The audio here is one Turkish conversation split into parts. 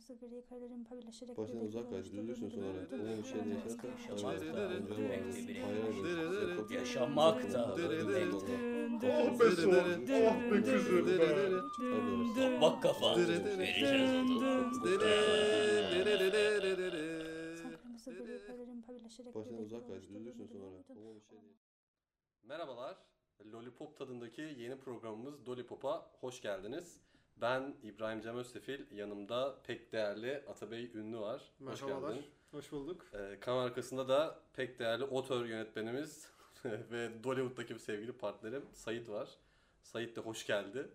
kırmızı gri karelerin paylaşarak Baştan uzaklaş, düzülürsün sonra. Ama bir şey değişirse Yaşamakta Ah be son, ah be kızım be. Tokmak kafa. Vereceğiz onu. Sen kırmızı gri karelerin paylaşarak Baştan uzaklaş, düzülürsün sonra. Ama bir şey değil. Merhabalar. Lollipop tadındaki yeni programımız Lollipop'a hoş geldiniz. Ben İbrahim Cem Özsefil, yanımda pek değerli Atabey Ünlü var. Hoş Merhabalar, geldin. hoş bulduk. Kamera arkasında da pek değerli otör yönetmenimiz ve Dollywood'daki sevgili partnerim Sait var. Sait de hoş geldi.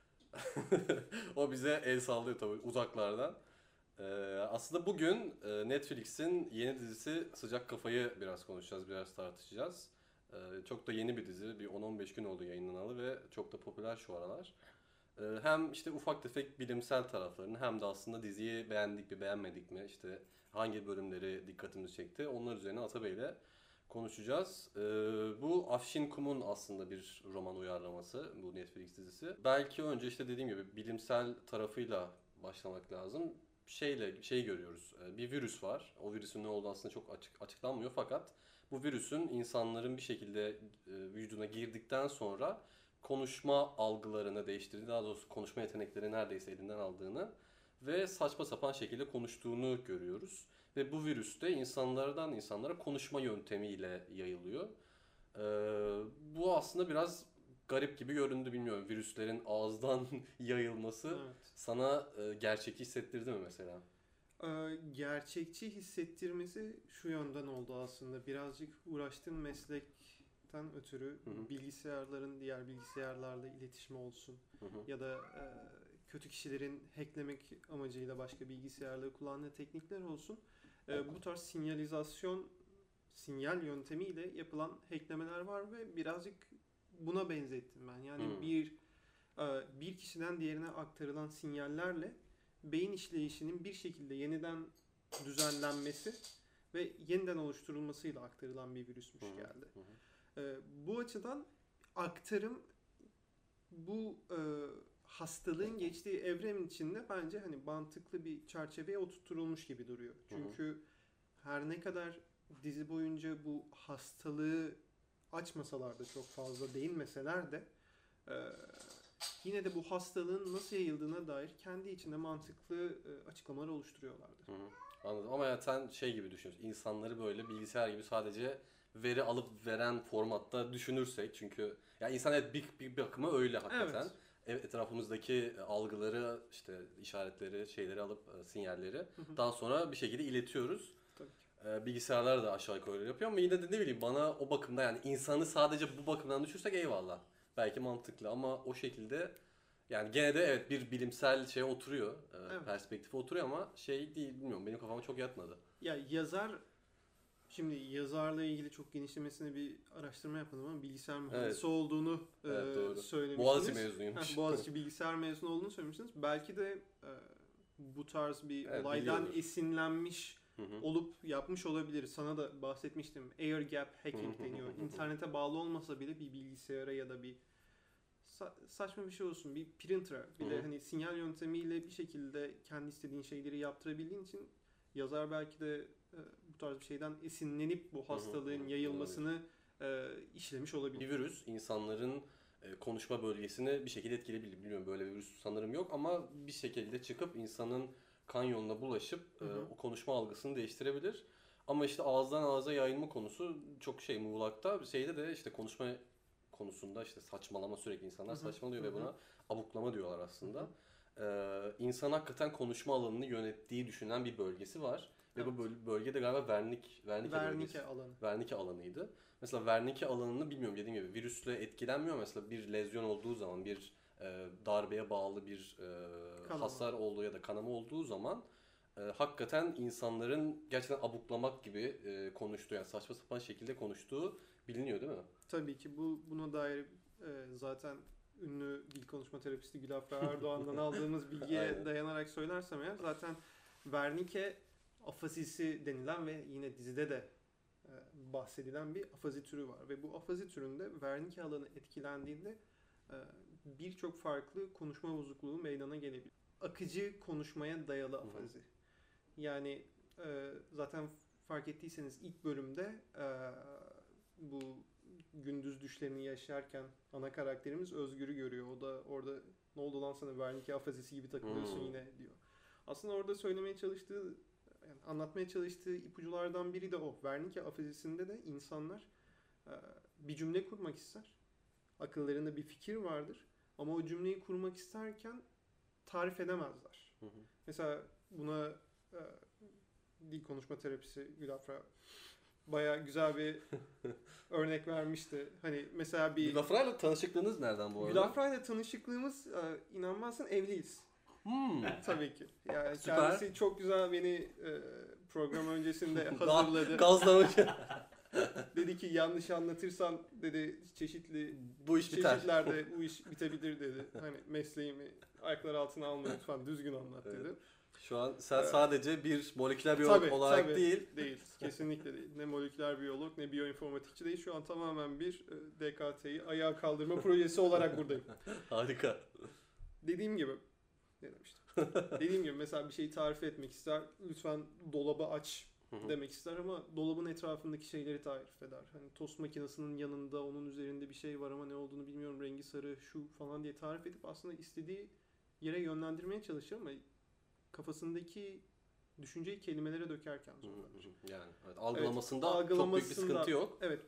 O bize el sallıyor tabii uzaklardan. Aslında bugün Netflix'in yeni dizisi Sıcak Kafayı biraz konuşacağız, biraz tartışacağız. Çok da yeni bir dizi, bir 10-15 gün oldu yayınlanalı ve çok da popüler şu aralar. Hem işte ufak tefek bilimsel taraflarını hem de aslında diziyi beğendik mi beğenmedik mi, işte hangi bölümleri dikkatimizi çekti, onlar üzerine Atabey'le konuşacağız. Bu Afşin Kum'un aslında bir roman uyarlaması bu Netflix dizisi. Belki önce işte dediğim gibi bilimsel tarafıyla başlamak lazım. Şey görüyoruz. Bir virüs var. O virüsün ne olduğu aslında çok açıklanmıyor fakat bu virüsün insanların bir şekilde vücuduna girdikten sonra konuşma algılarını değiştirdiğini, daha doğrusu konuşma yetenekleri neredeyse elinden aldığını ve saçma sapan şekilde konuştuğunu görüyoruz. Ve bu virüs de insanlardan insanlara konuşma yöntemiyle yayılıyor. Bu aslında biraz garip gibi göründü, bilmiyorum. Virüslerin ağızdan yayılması Evet. sana gerçekçi hissettirdi mi mesela? Gerçekçi hissettirmesi şu yönden oldu aslında. Birazcık uğraştığım meslekten ötürü bilgisayarların diğer bilgisayarlarla iletişimi olsun ya da kötü kişilerin hacklemek amacıyla başka bilgisayarları kullandığı teknikler olsun. Bu tarz sinyal yöntemiyle yapılan hacklemeler var ve birazcık buna benzettim ben. Yani bir kişiden diğerine aktarılan sinyallerle beyin işleyişinin bir şekilde yeniden düzenlenmesi ve yeniden oluşturulmasıyla aktarılan bir virüsmüş geldi. Bu açıdan aktarım bu hastalığın geçtiği evren içinde bence hani mantıklı bir çerçeveye oturtulmuş gibi duruyor. Çünkü her ne kadar dizi boyunca bu hastalığı açmasalar da çok fazla değinmeseler de yine de bu hastalığın nasıl yayıldığına dair kendi içinde mantıklı açıklamalar oluşturuyorlardı. Anladım, ama yani sen şey gibi düşünüyorsun. İnsanları böyle bilgisayar gibi sadece veri alıp veren formatta düşünürsek, çünkü ya insan evet bir bakıma öyle hakikaten. Evet. Etrafımızdaki algıları, işte işaretleri, şeyleri alıp sinyalleri daha sonra bir şekilde iletiyoruz. Tabii ki. Bilgisayarlar da aşağı yukarı öyle yapıyor ama yine de ne bileyim, bana o bakımda, yani insanı sadece bu bakımdan düşünürsek eyvallah. Belki mantıklı ama o şekilde yani gene de evet bir bilimsel şeye oturuyor, Evet. perspektife oturuyor ama şey değil, bilmiyorum, benim kafama çok yatmadı. Ya şimdi yazarla ilgili çok genişlemesine bir araştırma yapmadım ama bilgisayar mühendisi olduğunu söylemiştiniz. Boğaziçi mezunuymuş. Boğaziçi bilgisayar mezunu olduğunu söylemiştiniz. Belki de bu tarz bir olaydan biliyordur. esinlenmiş olup yapmış olabilir. Sana da bahsetmiştim. Air gap hacking deniyor. İnternete bağlı olmasa bile bir bilgisayara ya da bir saçma bir şey olsun, bir printer'a bir de hani sinyal yöntemiyle bir şekilde kendi istediğin şeyleri yaptırabildiğin için yazar belki de bu tarz bir şeyden esinlenip bu hastalığın yayılmasını işlemiş olabilir. Bir virüs insanların konuşma bölgesini bir şekilde etkileyebilir. Bilmiyorum, böyle bir virüs sanırım yok ama bir şekilde çıkıp insanın kan yoluna bulaşıp o konuşma algısını değiştirebilir. Ama işte ağızdan ağza yayılma konusu çok muğlakta. Şeyde de işte konuşma konusunda işte saçmalama, sürekli insanlar saçmalıyor ve buna abuklama diyorlar aslında. İnsan hakikaten konuşma alanını yönettiği düşünülen bir bölgesi var. Ve bu bölgede galiba Wernicke alanıydı. Mesela Wernicke alanını bilmiyorum, dediğim gibi virüsle etkilenmiyor. Mesela bir lezyon olduğu zaman, bir darbeye bağlı bir hasar olduğu ya da kanama olduğu zaman hakikaten insanların gerçekten abuklamak gibi konuştuğu, yani saçma sapan şekilde konuştuğu biliniyor değil mi? Tabii ki buna dair zaten ünlü dil konuşma terapisti Gülafra Erdoğan'dan aldığımız bilgiye dayanarak söylersem eğer, zaten Wernicke afazisi denilen ve yine dizide de bahsedilen bir afazi türü var. Ve bu afazi türünde Wernicke alanı etkilendiğinde birçok farklı konuşma bozukluğu meydana gelebilir. akıcı konuşmaya dayalı afazi. Yani zaten fark ettiyseniz ilk bölümde bu gündüz düşlerini yaşarken ana karakterimiz Özgür'ü görüyor. O da orada ne oldu lan sana Wernicke afazisi gibi takılıyorsun yine diyor. Aslında orada söylemeye çalıştığı, yani anlatmaya çalıştığı ipuculardan biri de o. Wernicke afazisinde de insanlar bir cümle kurmak ister. Akıllarında bir fikir vardır. Ama o cümleyi kurmak isterken tarif edemezler. Mesela buna dil konuşma terapisi Gülafra bayağı güzel bir örnek vermişti. Hani mesela bir... Gülafra'yla tanışıklığınız nereden bu arada? Gülafra'yla tanışıklığımız inanmazsın evliyiz. Tabii ki. Yani Süper. kendisi çok güzel beni program öncesinde hazırladı. Gazlamış. Dedi ki yanlış anlatırsan dedi çeşitli Bu iş biter. çeşitlerde bu iş bitebilir dedi. Hani mesleğimi ayaklar altına alma lütfen düzgün anlat dedi. Evet. Şu an sen sadece bir moleküler biyolog olarak değil. Kesinlikle değil. Ne moleküler biyolog ne biyoinformatikçi değil. Şu an tamamen bir DKT'yi ayağa kaldırma projesi olarak buradayım. Harika. Dediğim gibi ne demiştim? Dediğim gibi mesela bir şeyi tarif etmek ister. Lütfen dolabı aç demek ister ama dolabın etrafındaki şeyleri tarif eder. Hani tost makinesinin yanında onun üzerinde bir şey var ama ne olduğunu bilmiyorum. Rengi sarı şu falan diye tarif edip aslında istediği yere yönlendirmeye çalışır ama kafasındaki düşünceyi kelimelere dökerken zorlanır. Yani evet, algılamasında çok büyük bir sıkıntı yok. Evet,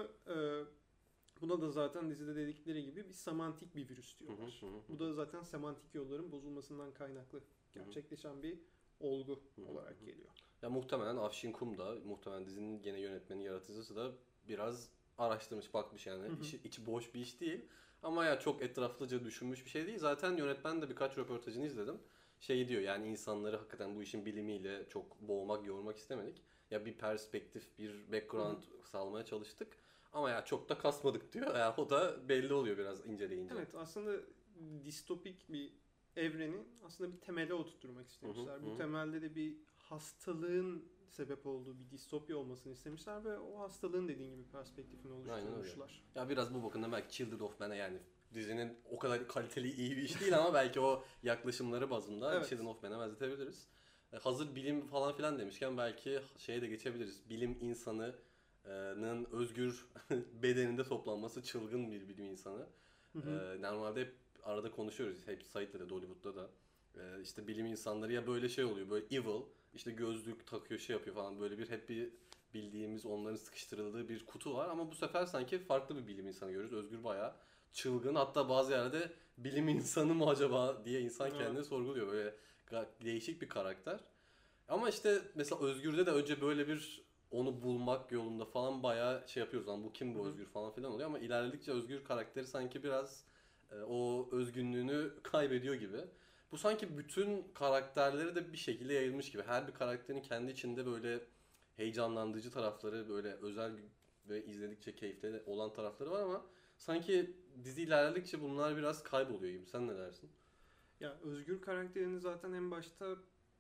buna da zaten dizide dedikleri gibi bir semantik bir virüs diyorlar. Bu da zaten semantik yolların bozulmasından kaynaklı gerçekleşen bir olgu olarak geliyor. Ya muhtemelen Afşin Kum da, muhtemelen dizinin gene yönetmeni, yaratıcısı da biraz araştırmış, bakmış yani. İçi boş bir iş değil. Ama ya çok etraflıca düşünmüş bir şey değil. Zaten yönetmen de birkaç röportajını izledim. Şey diyor yani insanları hakikaten bu işin bilimiyle çok boğmak, yormak istemedik. Ya bir perspektif, bir background sağlamaya çalıştık. Ama ya çok da kasmadık diyor. Yani o da belli oluyor biraz inceleyince. Evet, aslında distopik bir evreni aslında bir temele oturtturmak istemişler. Bu temelde de bir hastalığın sebep olduğu bir distopya olmasını istemişler ve o hastalığın dediğin gibi perspektifini oluşturmuşlar. Ya biraz bu bakımdan belki Children of Men'e yani dizinin o kadar kaliteli iyi bir iş değil ama belki o yaklaşımları bazında Children of Men'e benzetebiliriz. Hazır bilim falan filan demişken belki şeye de geçebiliriz. Bilim insanının özgür bedeninde toplanması, çılgın bir bilim insanı. Normalde hep arada konuşuyoruz. Hep Sait'le de Dollywood'da da. İşte bilim insanları ya böyle şey oluyor. Böyle evil, işte gözlük takıyor, şey yapıyor falan. Böyle hep bir bildiğimiz onların sıkıştırıldığı bir kutu var. Ama bu sefer sanki farklı bir bilim insanı görüyoruz. Özgür bayağı çılgın. Hatta bazı yerde bilim insanı mı acaba diye insan kendini sorguluyor. Böyle değişik bir karakter. Ama işte mesela Özgür'de de önce böyle bir onu bulmak yolunda falan bayağı şey yapıyoruz. Lan bu kim bu Özgür falan filan oluyor ama ilerledikçe Özgür karakteri sanki biraz o özgünlüğünü kaybediyor gibi. Bu sanki bütün karakterleri de bir şekilde yayılmış gibi. Her bir karakterin kendi içinde böyle heyecanlandırıcı tarafları, böyle özel ve izledikçe keyifli olan tarafları var ama sanki dizi ilerledikçe bunlar biraz kayboluyor gibi. Sen ne dersin? Ya Özgür karakterini zaten en başta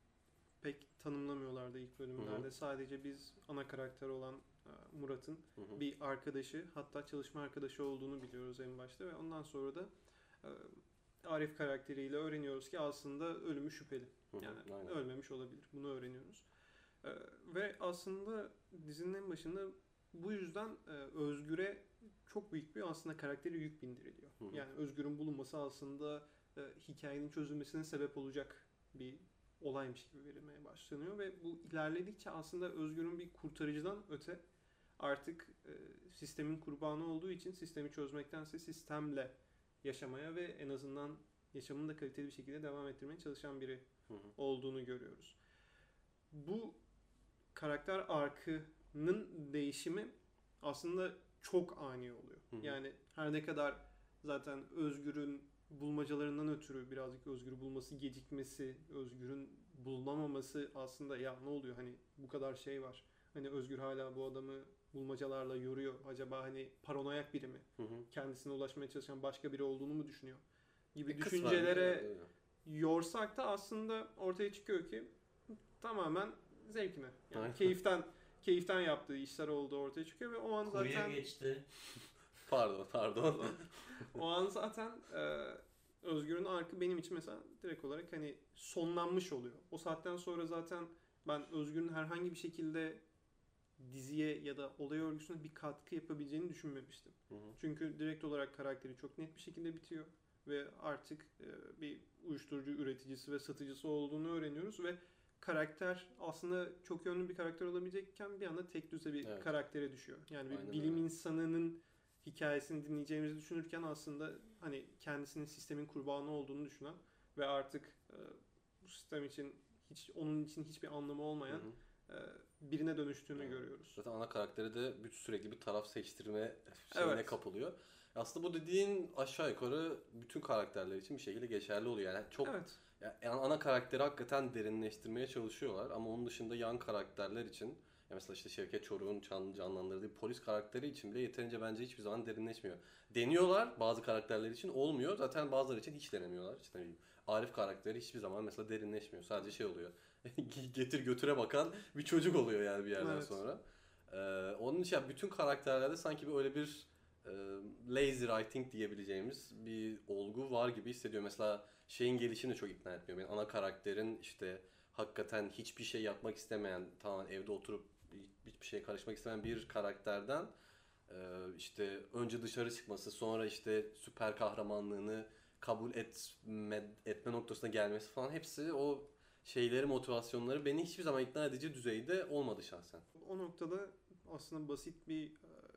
pek tanımlamıyorlardı ilk bölümlerde. Sadece biz ana karakter olan Murat'ın bir arkadaşı, hatta çalışma arkadaşı olduğunu biliyoruz en başta ve ondan sonra da Arif karakteriyle öğreniyoruz ki aslında ölümü şüpheli. Yani ölmemiş olabilir. Bunu öğreniyoruz. Ve aslında dizinin en başında bu yüzden Özgür'e çok büyük bir aslında karakteri yük bindiriliyor. Yani Özgür'ün bulunması aslında hikayenin çözülmesine sebep olacak bir olaymış gibi verilmeye başlanıyor ve bu ilerledikçe aslında Özgür'ün bir kurtarıcıdan öte artık sistemin kurbanı olduğu için sistemi çözmektense sistemle yaşamaya ve en azından yaşamını da kaliteli bir şekilde devam ettirmeye çalışan biri olduğunu görüyoruz. Bu karakter arkının değişimi aslında çok ani oluyor. Yani her ne kadar zaten Özgür'ün bulmacalarından ötürü birazcık Özgür'ü bulması gecikmesi, Özgür'ün bulunamaması aslında ya ne oluyor hani bu kadar şey var. Hani Özgür hala bu adamı bulmacalarla yoruyor. Acaba hani paranoyak biri mi? Kendisine ulaşmaya çalışan başka biri olduğunu mu düşünüyor? Gibi düşüncelere yorsak da aslında ortaya çıkıyor ki tamamen zevkine. Yani keyiften yaptığı işler olduğu ortaya çıkıyor ve o an zaten geçti. Pardon. o an zaten Özgür'ün arkı benim için mesela direkt olarak hani sonlanmış oluyor. O saatten sonra zaten ben Özgür'ün herhangi bir şekilde diziye ya da olay örgüsüne bir katkı yapabileceğini düşünmemiştim. Hı hı. Çünkü direkt olarak karakteri çok net bir şekilde bitiyor ve artık bir uyuşturucu üreticisi ve satıcısı olduğunu öğreniyoruz ve karakter aslında çok yönlü bir karakter olabilecekken bir anda tek düze bir Evet. karaktere düşüyor. Yani bir Aynen bilim öyle. insanının hikayesini dinleyeceğimizi düşünürken aslında hani kendisinin sistemin kurbanı olduğunu düşünen ve artık bu sistem için onun için hiçbir anlamı olmayan Hı hı. birine dönüştüğünü Evet. görüyoruz. Zaten ana karakteri de sürekli bir taraf seçtirme şeyine Evet. kapılıyor. Aslında bu dediğin aşağı yukarı bütün karakterler için bir şekilde geçerli oluyor. Yani çok Evet. yani ana karakteri hakikaten derinleştirmeye çalışıyorlar ama onun dışında yan karakterler için ya mesela işte Şevket Çoruh'un canlandırdığı polis karakteri için bile yeterince bence hiçbir zaman derinleşmiyor. Deniyorlar bazı karakterler için olmuyor. Zaten bazıları için hiç denemiyorlar. İşte ne bileyim Arif karakteri hiçbir zaman mesela derinleşmiyor. Sadece şey oluyor. Getir götüre bakan bir çocuk oluyor yani bir yerden Evet. sonra. Onun için yani bütün karakterlerde sanki bir öyle bir e, lazy writing diyebileceğimiz bir olgu var gibi hissediyorum. Mesela şeyin gelişini de çok ikna etmiyor beni. Ana karakterin işte hakikaten hiçbir şey yapmak istemeyen, tamamen evde oturup hiçbir şeye karışmak istemeyen bir karakterden işte önce dışarı çıkması, sonra işte süper kahramanlığını kabul etme noktasına gelmesi falan hepsi o şeyleri, motivasyonları beni hiçbir zaman ikna edici düzeyde olmadı şahsen. O noktada aslında basit bir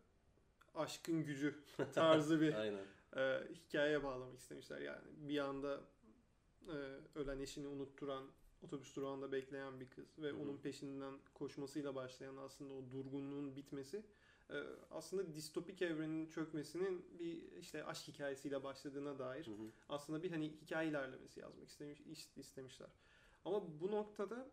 aşkın gücü tarzı bir Aynen. hikayeye bağlamak istemişler. Yani bir anda ölen eşini unutturan, otobüs durağında bekleyen bir kız ve Hı hı. onun peşinden koşmasıyla başlayan aslında o durgunluğun bitmesi aslında distopik evrenin çökmesinin bir işte aşk hikayesiyle başladığına dair Hı hı. aslında bir hani hikaye ilerlemesi yazmak istemişler. Ama bu noktada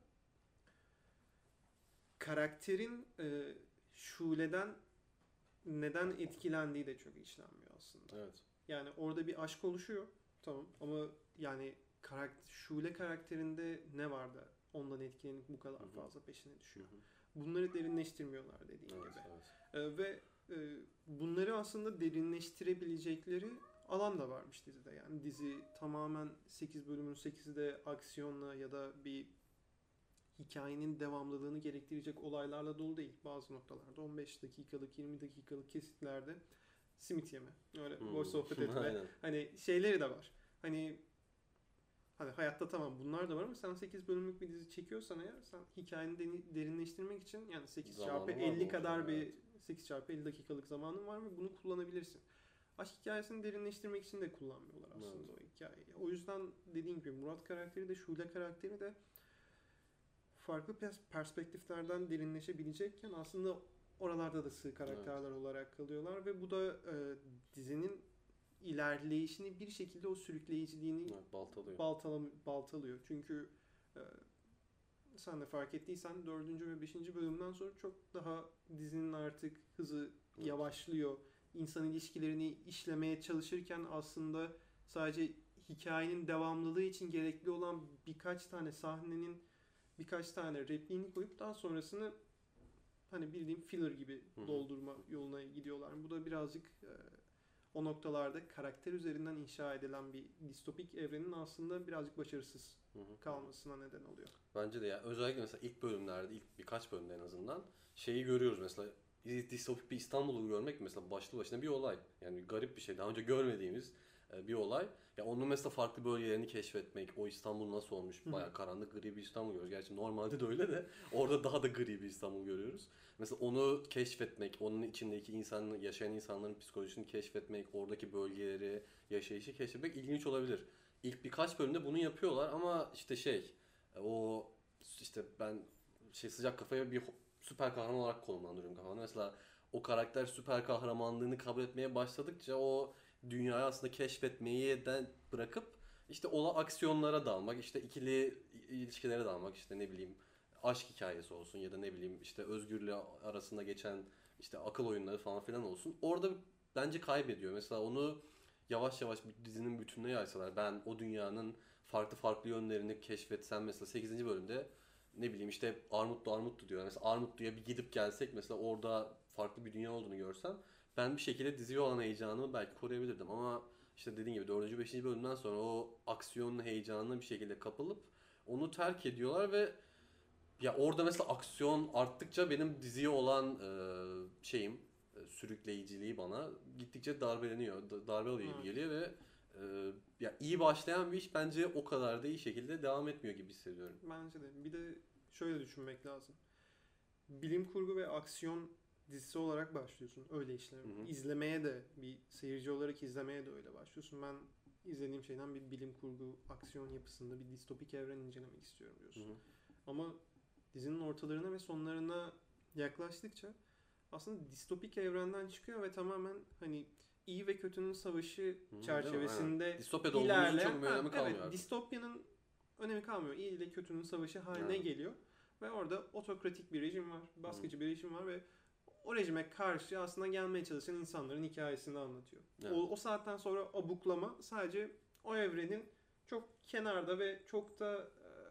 karakterin Şule'den neden etkilendiği de çok işlenmiyor aslında. Evet. Yani orada bir aşk oluşuyor. Tamam ama yani Şule karakterinde ne var da ondan etkilenip bu kadar Hı hı. fazla peşine düşüyor. Hı hı. Bunları derinleştirmiyorlar dediğim Evet, gibi. evet. Ve bunları aslında derinleştirebilecekleri alan da varmış dizide. Yani dizi tamamen 8 bölümün 8'i de aksiyonla ya da bir hikayenin devamlılığını gerektirecek olaylarla dolu değil. Bazı noktalarda 15 dakikalık, 20 dakikalık kesitlerde simit yeme. Öyle boş sohbet etme. Aynen. Hani şeyleri de var. Hani hayatta tamam bunlar da var ama sen 8 bölümlük bir dizi çekiyorsan eğer sen hikayeni derinleştirmek için yani 8 Zamanı çarpı var 50 mı kadar olsun, bir evet. 8 çarpı 50 dakikalık zamanın var ve bunu kullanabilirsin. Aşk hikayesini derinleştirmek için de kullanmıyorlar aslında Evet. o hikayeyi. O yüzden dediğim gibi Murat karakteri de Şule karakteri de farklı perspektiflerden derinleşebilecekken aslında oralarda da sığ karakterler olarak kalıyorlar ve bu da dizinin ilerleyişini bir şekilde o sürükleyiciliğini Evet, baltalıyor. baltalıyor. Çünkü sen de fark ettiysen 4. ve 5. bölümden sonra çok daha dizinin artık hızı Evet. yavaşlıyor. İnsan ilişkilerini işlemeye çalışırken aslında sadece hikayenin devamlılığı için gerekli olan birkaç tane sahnenin birkaç tane repliğini koyup daha sonrasını hani bildiğim filler gibi Hı hı. doldurma yoluna gidiyorlar. Bu da birazcık o noktalarda karakter üzerinden inşa edilen bir distopik evrenin aslında birazcık başarısız Hı hı. kalmasına neden oluyor. Bence de ya özellikle mesela ilk bölümlerde, ilk birkaç bölümde en azından şeyi görüyoruz mesela distopik bir İstanbul'u görmek mesela başlı başına bir olay. Yani garip bir şey. Daha önce görmediğimiz bir olay. Ya onun mesela farklı bölgelerini keşfetmek, o İstanbul nasıl olmuş? Hı hı. Bayağı karanlık, gri bir İstanbul görüyoruz. Gerçi normalde de öyle de orada daha da gri bir İstanbul görüyoruz. Mesela onu keşfetmek, onun içindeki yaşayan insanların psikolojisini keşfetmek, oradaki bölgeleri, yaşayışı keşfetmek ilginç olabilir. İlk birkaç bölümde bunu yapıyorlar ama işte o işte ben sıcak kafaya bir süper kahraman olarak konumlandırıyorum kafamda. Mesela o karakter süper kahramanlığını kabul etmeye başladıkça o dünyayı aslında keşfetmeyi de bırakıp işte aksiyonlara dalmak, işte ikili ilişkilere dalmak, işte ne bileyim aşk hikayesi olsun ya da ne bileyim işte özgürlüğü arasında geçen işte akıl oyunları falan filan olsun. Orada bence kaybediyor. Mesela onu yavaş yavaş bir dizinin bütününe yaysalar ben o dünyanın farklı farklı yönlerini keşfetsem mesela 8. bölümde ne bileyim işte Armutlu diyorlar. Mesela Armutlu'ya bir gidip gelsek mesela orada farklı bir dünya olduğunu görsem ben bir şekilde diziye olan heyecanımı belki koruyabilirdim ama işte dediğin gibi 4. 5. bölümden sonra o aksiyonun heyecanına bir şekilde kapılıp onu terk ediyorlar ve ya orada mesela aksiyon arttıkça benim diziye olan sürükleyiciliği bana gittikçe darbeleniyor. Darbe alıyor gibi geliyor ve ya iyi başlayan bir iş bence o kadar da iyi şekilde devam etmiyor gibi hissediyorum. Bence de. Bir de şöyle düşünmek lazım. Bilim kurgu ve aksiyon dizisi olarak başlıyorsun öyle işlere. Hı hı. İzlemeye de bir seyirci olarak izlemeye de öyle başlıyorsun. Ben izlediğim şeyden bir bilim kurgu aksiyon yapısında bir distopik evren incelemek istiyorum diyorsun. Hı hı. Ama dizinin ortalarına ve sonlarına yaklaştıkça aslında distopik evrenden çıkıyor ve tamamen hani iyi ve kötünün savaşı Hı, çerçevesinde distopyada olduğumuzun çok bir önemi kalmıyor evet, artık. distopyanın önemi kalmıyor. İyi ile kötünün savaşı haline Evet. geliyor. Ve orada otokratik bir rejim var, baskıcı bir rejim var ve o rejime karşı aslında gelmeye çalışan insanların hikayesini anlatıyor. Evet. O saatten sonra abuklama sadece o evrenin çok kenarda ve çok da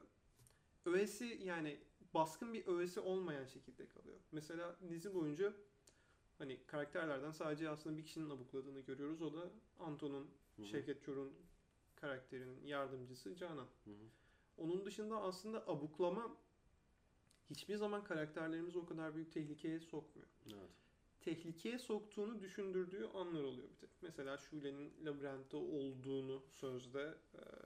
öğesi, yani baskın bir öğesi olmayan şekilde kalıyor. Mesela dizi boyunca hani karakterlerden sadece aslında bir kişinin abukladığını görüyoruz. O da Anton'un, Hı hı. Şevket Çor'un karakterinin yardımcısı Canan. Hı hı. Onun dışında aslında abuklama hiçbir zaman karakterlerimizi o kadar büyük tehlikeye sokmuyor. Evet. Tehlikeye soktuğunu düşündürdüğü anlar oluyor bir tek. Mesela Şule'nin labirentte olduğunu sözde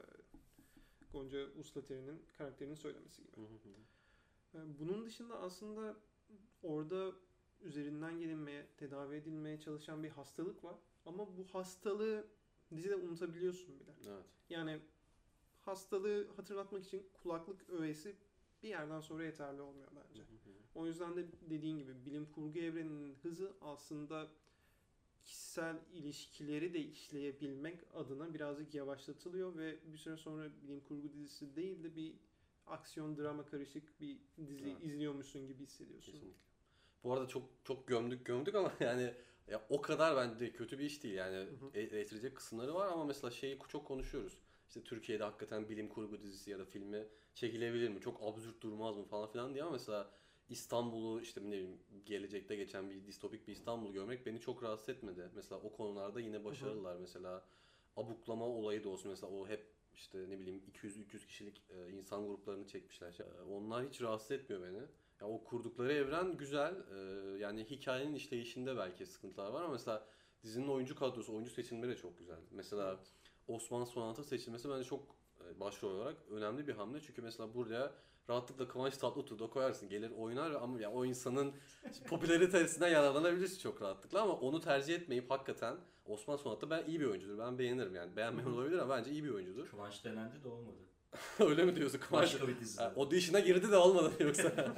Gonca Uslateri'nin karakterinin söylemesi gibi. Hı hı. Bunun dışında aslında orada üzerinden gelinmeye, tedavi edilmeye çalışan bir hastalık var. Ama bu hastalığı dizide unutabiliyorsun bile. Evet. Yani hastalığı hatırlatmak için kulaklık öğesi bir yerden sonra yeterli olmuyor bence. Hı hı. O yüzden de dediğin gibi bilim kurgu evreninin hızı aslında kişisel ilişkileri de işleyebilmek adına birazcık yavaşlatılıyor ve bir süre sonra bilim kurgu dizisi değil de bir aksiyon drama karışık bir dizi Evet. izliyormuşsun gibi hissediyorsun. Kesinlikle. Bu arada çok gömdük ama yani ya o kadar bence kötü bir iş değil yani. Hı hı. Eleştirecek kısımları var ama mesela şeyi çok konuşuyoruz. İşte Türkiye'de hakikaten bilim kurgu dizisi ya da filmi çekilebilir mi? Çok absürt durmaz mı falan filan diye ama mesela İstanbul'u işte ne bileyim gelecekte geçen bir distopik bir İstanbul görmek beni çok rahatsız etmedi. Mesela o konularda yine başarılılar. Mesela abuklama olayı da olsun, mesela o hep işte ne bileyim 200-300 kişilik insan gruplarını çekmişler. Onlar hiç rahatsız etmiyor beni. Ya o kurdukları evren güzel. Yani hikayenin işleyişinde belki sıkıntılar var ama mesela dizinin oyuncu kadrosu, oyuncu seçimleri de çok güzel. Mesela Evet. Osman Sonat'ın seçilmesi bence çok başrol olarak önemli bir hamle. Çünkü mesela buraya rahatlıkla Kıvanç Tatlıtuğ da koyarsın. Gelir oynar ama ya o insanın popülaritesinden yararlanabilirsin çok rahatlıkla ama onu tercih etmeyip hakikaten Osman Sonat da iyi bir oyuncudur. Ben beğenirim yani. Beğenmeyen olabilir ama bence iyi bir oyuncudur. Kıvanç denendi de olmadı. Öyle mi diyorsun Kıvanç? Başka bir dizide. Audition'a girdi de olmadı yoksa.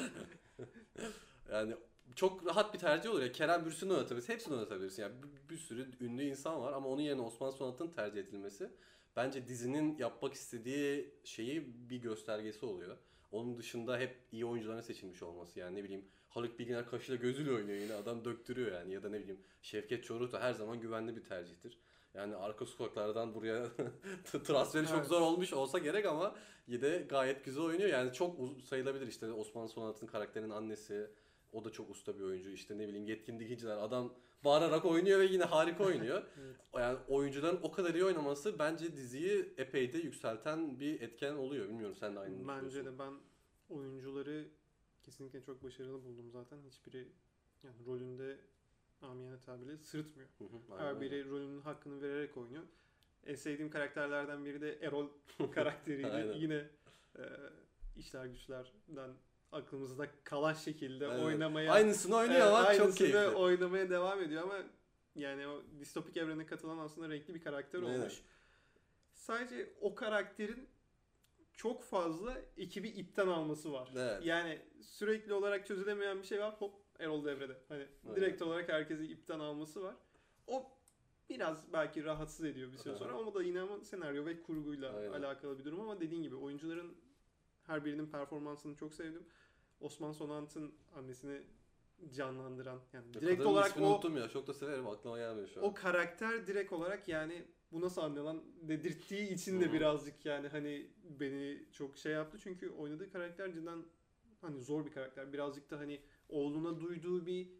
Yani çok rahat bir tercih olur ya. Kerem Bürsin'i oynatabilirsin. Hepsini oynatabilirsin. Yani bir sürü ünlü insan var ama onun yerine Osman Sonat'ın tercih edilmesi bence dizinin yapmak istediği şeyi bir göstergesi oluyor. Onun dışında hep iyi oyuncuların seçilmiş olması. Yani ne bileyim Haluk Bilginer kaşıyla gözüyle oynuyor yine. Adam döktürüyor yani. Ya da ne bileyim Şevket Çoruh da her zaman güvenli bir tercihtir. Yani arka sokaklardan buraya transferi çok Evet. zor olmuş olsa gerek ama yine de gayet güzel oynuyor. Yani çok sayılabilir işte Osman Sonat'ın karakterinin annesi. O da çok usta bir oyuncu. İşte ne bileyim Yetkin Dikiciler. Adam bağırarak oynuyor ve yine harika oynuyor. Evet. Yani oyuncuların o kadar iyi oynaması bence diziyi epey de yükselten bir etken oluyor. Bilmiyorum sen de aynı düşünüyorsun. Bence de ben oyuncuları kesinlikle çok başarılı buldum zaten. Hiçbiri yani rolünde amiyane tabirle sırıtmıyor. Hı hı, aynen Her öyle. biri rolünün hakkını vererek oynuyor. En sevdiğim karakterlerden biri de Erol karakteriydi. Aynen. Yine işler güçlerden aklımızda kalan şekilde Aynen. oynamaya Aynısını oynuyor ama çok aynısını keyifli. oynamaya devam ediyor ama yani o distopik evrene katılan aslında renkli bir karakter Aynen. olmuş. Sadece o karakterin çok fazla ekibi ipten alması var. Evet. Yani sürekli olarak çözülemeyen bir şey var. Hop Erol devrede. Hani Aynen. direkt olarak herkesi ipten alması var. O biraz belki rahatsız ediyor bir süre Aha. sonra ama da yine ama senaryo ve kurguyla Aynen. alakalı bir durum ama dediğin gibi oyuncuların her birinin performansını çok sevdim. Osman Sonant'ın annesini canlandıran yani direkt Kadının olarak ismini o unuttum ya. Çok da severim. Aklıma gelmiyor şu an. o karakter direkt olarak yani bu nasıl anne lan dedirttiği için Hı de hı. birazcık yani hani beni çok şey yaptı çünkü oynadığı karakter cidden hani zor bir karakter. Birazcık da hani oğluna duyduğu bir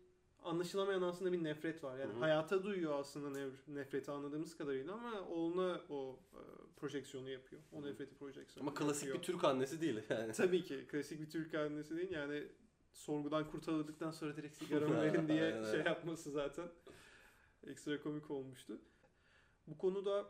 anlaşılamayan aslında bir nefret var. Yani Hı hı. hayata duyuyor aslında nefreti anladığımız kadarıyla ama oğluna o projeksiyonu yapıyor. O nefreti projeksiyonu Ama klasik yapıyor. bir Türk annesi değil yani. Tabii ki klasik bir Türk annesi değil. Yani sorgudan kurtarıldıktan sonra direkt sigaramı verin diye Aynen. şey yapması zaten ekstra komik olmuştu. Bu konuda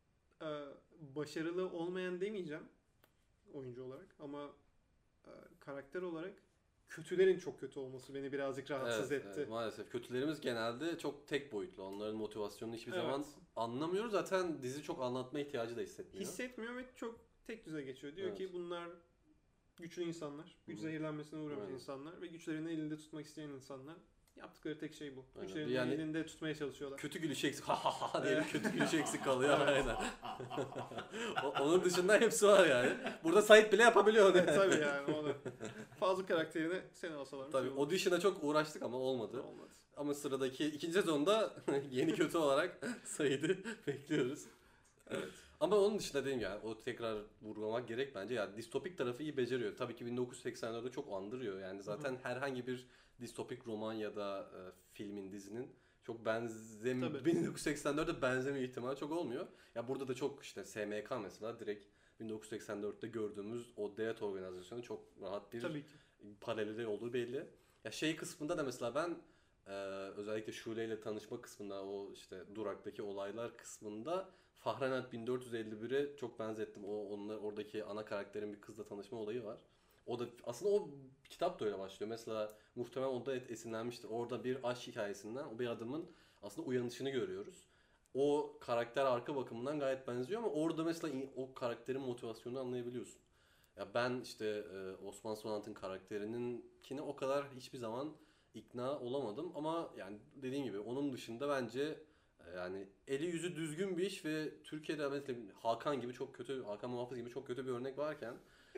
başarılı olmayan demeyeceğim oyuncu olarak ama karakter olarak kötülerin çok kötü olması beni birazcık rahatsız Evet, etti. evet, maalesef. Kötülerimiz genelde çok tek boyutlu. Onların motivasyonunu hiçbir Evet. zaman anlamıyoruz. Zaten dizi çok anlatma ihtiyacı da hissetmiyor. Hissetmiyor ve çok tek düze geçiyor. Diyor Evet. ki bunlar güçlü insanlar, güç Hı. zehirlenmesine uğramış Aynen. insanlar ve güçlerini elinde tutmak isteyen insanlar. Yaptıkları tek şey bu. Aynen. Güçlerini Yani- elinde tutmaya çalışıyorlar. Kötü gülüşü eksik. Ha ha ha diye bir kötü gülüşü eksik kalıyor. Aynen. Onun dışında hepsi var yani. Burada Sait bile yapabiliyor onu. Tabii yani onu. Fazla karakterini sen alsalar. Tabii audition'a çok uğraştık ama olmadı. Olmadı. Ama sıradaki ikinci sezonda yeni kötü olarak Sait'i bekliyoruz. Evet. Ama onun dışında dediğim ya o tekrar vurgulamak gerek bence. Yani distopik tarafı iyi beceriyor. Tabii ki 1984'de çok andırıyor. Yani zaten herhangi bir distopik roman ya da filmin, dizinin çok Tabii. 1984'de benzeme ihtimali çok olmuyor. Ya burada da çok işte SMK mesela direkt 1984'te gördüğümüz o devlet organizasyonu çok rahat bir Tabii ki. paraleli olduğu belli. Ya şey kısmında da mesela ben özellikle Şule ile tanışma kısmında o işte duraktaki olaylar kısmında Fahrenheit 1451'e çok benzettim. Oradaki ana karakterin bir kızla tanışma olayı var. O da aslında o kitap da öyle başlıyor. Mesela muhtemelen onda esinlenmiştir. Orada bir aşk hikayesinden o bir adamın aslında uyanışını görüyoruz. O karakter arka bakımından gayet benziyor ama orada mesela o karakterin motivasyonunu anlayabiliyorsun. Ya ben işte Osman Sonant'ın karakterininkine o kadar hiçbir zaman ikna olamadım ama yani dediğim gibi onun dışında bence yani eli yüzü düzgün bir iş ve Türkiye'de mesela Hakan gibi çok kötü, Hakan Muhafız gibi çok kötü bir örnek varken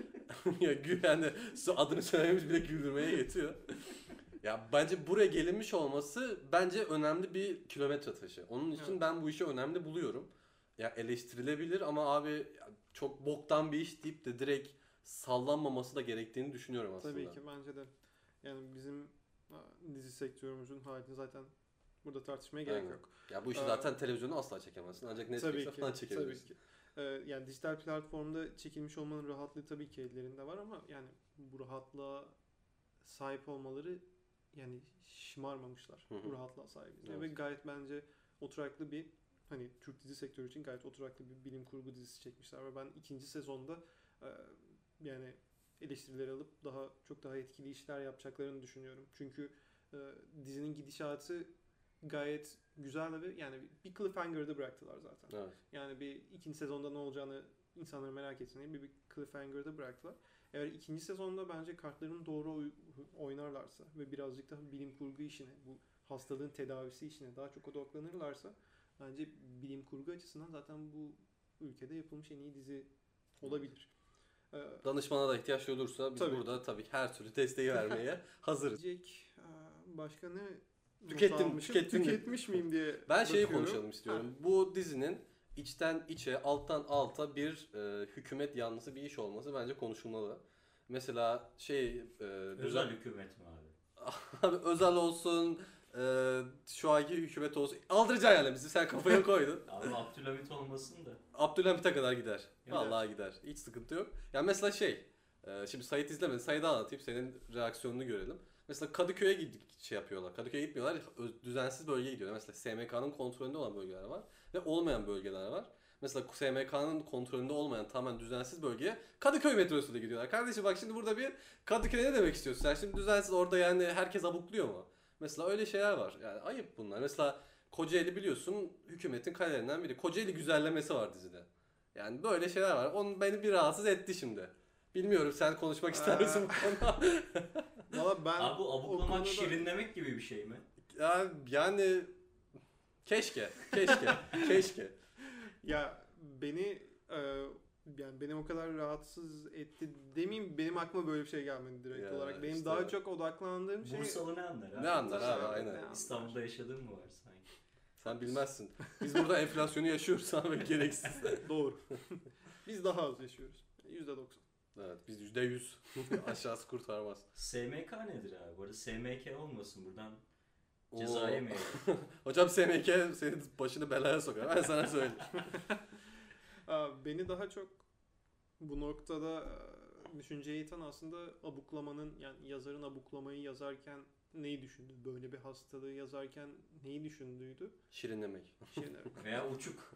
ya yani adını söylememiz bile güldürmeye yetiyor. Ya bence buraya gelinmiş olması bence önemli bir kilometre taşı. Onun için Evet. ben bu işi önemli buluyorum. Ya eleştirilebilir ama abi ya çok boktan bir iş deyip de direkt sallanmaması da gerektiğini düşünüyorum aslında. Tabii ki bence de. Yani bizim dizi sektörümüzün halini zaten burada tartışmaya gerek Aynen. yok. Ya bu işi Ee, zaten televizyonda asla çekemezsin. Ancak Tabii Netflix'te ki. falan Tabii çekebilirsin. ki. Yani dijital platformda çekilmiş olmanın rahatlığı tabii ki ellerinde var ama yani bu rahatlığa sahip olmaları yani şımarmamışlar. Hı hı. Bu rahatlığa sahibiz. Evet. Ve gayet bence oturaklı bir hani Türk dizi sektörü için gayet oturaklı bir bilim kurgu dizisi çekmişler ve ben ikinci sezonda yani eleştirileri alıp çok daha etkili işler yapacaklarını düşünüyorum. Çünkü dizinin gidişatı gayet güzel ve yani bir cliffhanger'da bıraktılar zaten. Evet. Yani bir ikinci sezonda ne olacağını insanları merak etsin diye bir cliffhanger'da bıraktılar. Eğer ikinci sezonda bence kartlarını doğru oynarlarsa ve birazcık daha bilim kurgu işine, bu hastalığın tedavisi işine daha çok odaklanırlarsa bence bilim kurgu açısından zaten bu ülkede yapılmış en iyi dizi olabilir. Danışmana da ihtiyaç olursa biz Tabii. burada tabii ki her türlü desteği vermeye hazırız. Diyecek başka ne? Tüketmiş miyim diye Ben şeyi bakıyorum. konuşalım istiyorum. Bu dizinin içten içe, alttan alta bir hükümet yanlısı bir iş olması bence konuşulmalı. Mesela Özel hükümet mi abi? abi özel olsun, şu anki hükümet olsun. Aldıracaksın yani bizi, sen kafaya koydun. Abi Abdülhamit olmasın da. Abdülhamit'e kadar gider. Gider. Vallahi gider. Hiç sıkıntı yok. Yani mesela şimdi Sait izlemedi. Sait'i anlatayım, senin reaksiyonunu görelim. Mesela Kadıköy'e yapıyorlar. Kadıköy'e gitmiyorlar. Düzensiz bölgeye gidiyorlar. Mesela SMK'nın kontrolünde olan bölgeler var ve olmayan bölgeler var. Mesela SMK'nın kontrolünde olmayan tamamen düzensiz bölgeye Kadıköy metrosuyla gidiyorlar. Kardeşim bak şimdi burada bir Kadıköy ne demek istiyorsun? Sen şimdi düzensiz orada yani herkes abukluyor mu? Mesela öyle şeyler var. Yani ayıp bunlar. Mesela Kocaeli biliyorsun hükümetin kalelerinden biri. Kocaeli güzellemesi var dizide. Yani böyle şeyler var. Onun beni bir rahatsız etti şimdi. Bilmiyorum, sen konuşmak ister misin bu konuda? Valla ben Abi bu o abuklamak konuda- şirinlemek gibi bir şey mi? Yani keşke. Ya beni yani benim o kadar rahatsız etti demeyeyim, benim aklıma böyle bir şey gelmedi direkt Ya olarak. Benim işte- daha çok odaklandığım şey Bursalı ne anlar abi? Ne anlar abi, Evet, aynen. ne anlar? İstanbul'da yaşadığın mı var sanki? Sen bilmezsin. Biz burada enflasyonu yaşıyoruz abi, gereksiz. Doğru. Biz daha az yaşıyoruz. %90. Evet, biz %100. Aşağısı kurtarmaz. SMK nedir abi? Bu arada SMK olmasın buradan Ceza Oo. yemeyelim. Hocam SMK senin başını belaya sokar. Ben sana söyleyeyim. Beni daha çok bu noktada düşünceye iten aslında abuklamanın, yani yazarın abuklamayı yazarken neyi düşündü? Böyle bir hastalığı yazarken neyi düşündüydü? Şirinlemek. Şirin evet. Veya uçuk.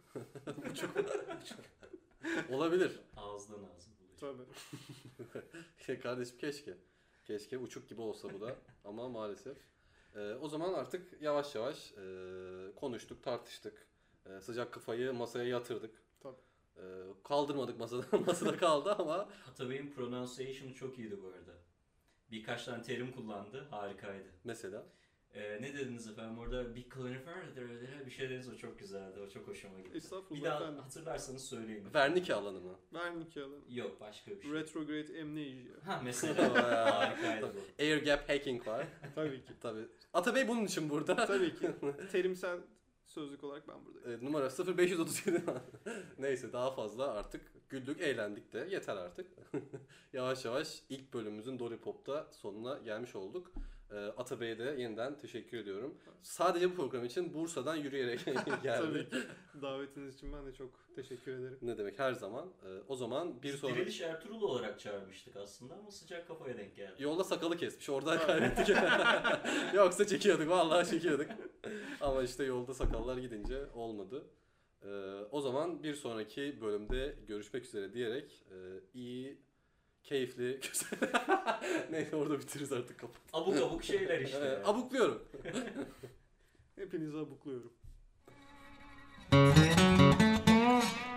Olabilir. Ağızdan ağza buluyor. Tabii. Kardeşim keşke. Keşke uçuk gibi olsa bu da. Ama maalesef. O zaman artık yavaş yavaş konuştuk, tartıştık. Sıcak kafayı masaya yatırdık. Tabii. Kaldırmadık masada. Masada kaldı ama Atabey'in pronunciation'ı çok iyiydi bu arada. Birkaç tane terim kullandı. Harikaydı. mesela Ne dediniz efendim? Orada bir bir şey dediniz, o çok güzeldi. O çok hoşuma gitti. Estağfurullah Bir daha efendim. hatırlarsanız söyleyin. Vernike alanı mı? Wernicke alanı. Yok, başka bir şey. Retrograde amnesia. Ha mesela harikaydı bu. Air gap hacking var. Tabii ki. Tabii. Atabey bunun için burada. Tabii ki. Terimsel sözlük olarak ben buradayım. Numara 0537. Neyse daha fazla artık güldük, eğlendik de yeter artık. Yavaş yavaş ilk bölümümüzün Dolipop'ta sonuna gelmiş olduk. Atabey'e de yeniden teşekkür ediyorum. Sadece bu program için Bursa'dan yürüyerek Tabii geldi. ki. Davetiniz için ben de çok teşekkür ederim. Ne demek, her zaman. O zaman bir Biz sonraki... Diriliş Ertuğrul olarak çağırmıştık aslında ama sıcak kafaya denk geldi. Yolda sakalı kesmiş. Oradan kaybettik. Yoksa çekiyorduk. Vallahi çekiyorduk. Ama işte yolda sakallar gidince olmadı. O zaman bir sonraki bölümde görüşmek üzere diyerek iyi, keyifli, güzel... Neyse orada bitiririz artık, kapat. Abuk abuk şeyler işte. yani. Abukluyorum. Hepinizi abukluyorum.